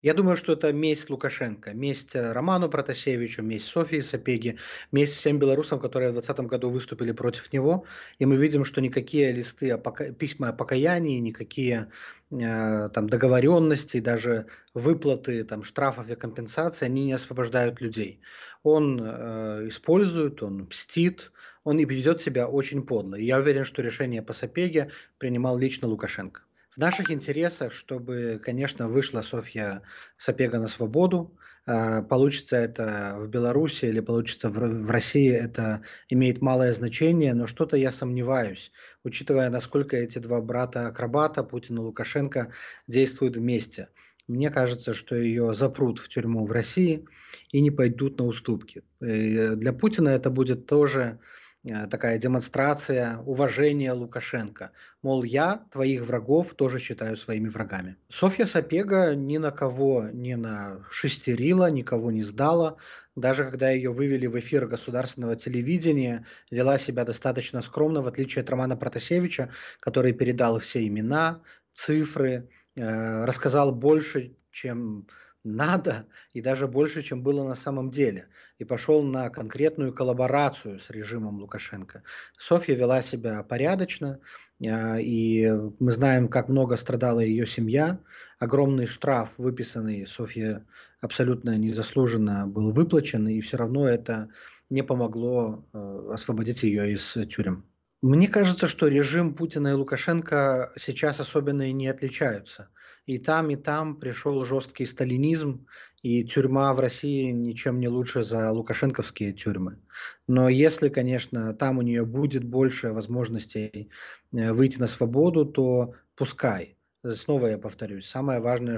Я думаю, что это месть Лукашенко, месть Роману Протасевичу, месть Софии Сапеги, месть всем белорусам, которые в 2020 году выступили против него. И мы видим, что никакие листы, письма о покаянии, никакие там договоренности, даже выплаты там, штрафов и компенсаций, они не освобождают людей. Он использует, он мстит, он и ведет себя очень подло. И я уверен, что решение по Сапеге принимал лично Лукашенко. В наших интересах, чтобы, конечно, вышла Софья Сапега на свободу. Получится это в Беларуси или получится в России, это имеет малое значение, но что-то я сомневаюсь, учитывая, насколько эти два брата-акробата, Путин и Лукашенко, действуют вместе. Мне кажется, что ее запрут в тюрьму в России и не пойдут на уступки. Для Путина это будет тоже такая демонстрация уважения Лукашенко. Мол, я твоих врагов тоже считаю своими врагами. Софья Сапега ни на кого не нашестерила, никого не сдала. Даже когда ее вывели в эфир государственного телевидения, вела себя достаточно скромно, в отличие от Романа Протасевича, который передал все имена, цифры, рассказал больше, чем надо, и даже больше, чем было на самом деле. И пошел на конкретную коллаборацию с режимом Лукашенко. Софья вела себя порядочно, и мы знаем, как много страдала ее семья. Огромный штраф, выписанный Софье абсолютно незаслуженно, был выплачен, и все равно это не помогло освободить ее из тюрем. Мне кажется, что режим Путина и Лукашенко сейчас особенно и не отличаются. И там пришел жесткий сталинизм, и тюрьма в России ничем не лучше за лукашенковские тюрьмы. Но если, конечно, там у нее будет больше возможностей выйти на свободу, то пускай. Снова я повторюсь, самое важное,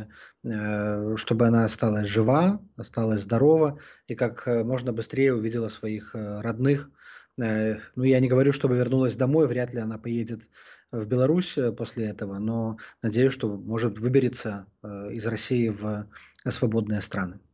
чтобы она осталась жива, осталась здорова и как можно быстрее увидела своих родных. Ну, я не говорю, чтобы вернулась домой, вряд ли она поедет в Беларусь после этого, но надеюсь, что, может, выберется из России в свободные страны.